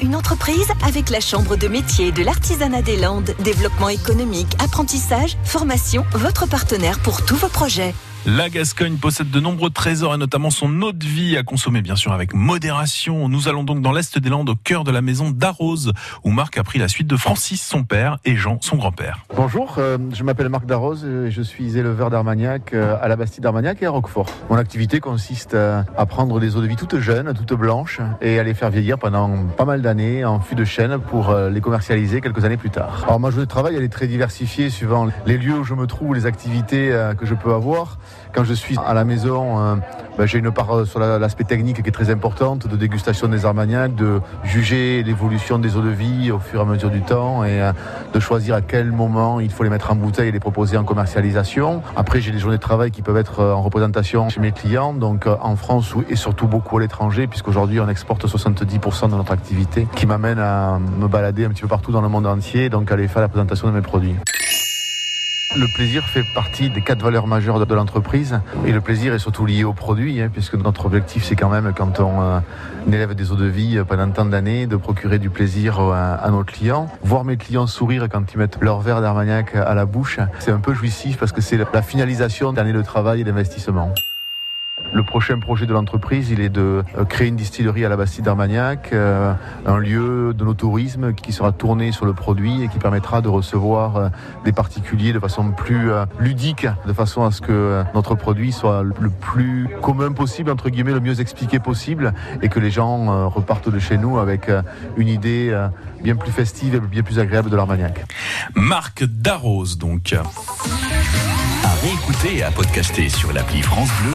une entreprise avec la Chambre de métier de l'artisanat des Landes. Développement économique, apprentissage, formation, votre partenaire pour tous vos projets. La Gascogne possède de nombreux trésors et notamment son eau de vie à consommer bien sûr avec modération. Nous allons donc dans l'Est des Landes au cœur de la maison d'Arrose où Marc a pris la suite de Francis, son père, et Jean, son grand-père. Bonjour, je m'appelle Marc d'Arrose et je suis éleveur d'Armagnac à la Bastide d'Armagnac et à Roquefort. Mon activité consiste à prendre des eaux de vie toutes jeunes, toutes blanches et à les faire vieillir pendant pas mal d'années en fût de chêne pour les commercialiser quelques années plus tard. Alors ma journée de travail elle est très diversifiée suivant les lieux où je me trouve, les activités que je peux avoir. Quand je suis à la maison, j'ai une part sur l'aspect technique qui est très importante, de dégustation des Armagnacs, de juger l'évolution des eaux de vie au fur et à mesure du temps et de choisir à quel moment il faut les mettre en bouteille et les proposer en commercialisation. Après, j'ai des journées de travail qui peuvent être en représentation chez mes clients, donc en France et surtout beaucoup à l'étranger, puisqu'aujourd'hui on exporte 70% de notre activité, qui m'amène à me balader un petit peu partout dans le monde entier, donc à aller faire la présentation de mes produits. Le plaisir fait partie des 4 valeurs majeures de l'entreprise et le plaisir est surtout lié au produit, puisque notre objectif c'est quand même quand on élève des eaux de vie pendant tant d'années de procurer du plaisir à nos clients. Voir mes clients sourire quand ils mettent leur verre d'Armagnac à la bouche, c'est un peu jouissif parce que c'est la finalisation d'années de travail et d'investissement. Le prochain projet de l'entreprise, il est de créer une distillerie à la Bastide d'Armagnac, un lieu de nos tourismes qui sera tourné sur le produit et qui permettra de recevoir des particuliers de façon plus ludique, de façon à ce que notre produit soit le plus commun possible, entre guillemets, le mieux expliqué possible et que les gens repartent de chez nous avec une idée bien plus festive et bien plus agréable de l'Armagnac. Marc d'Arrose donc. À réécouter et à podcaster sur l'appli France Bleu.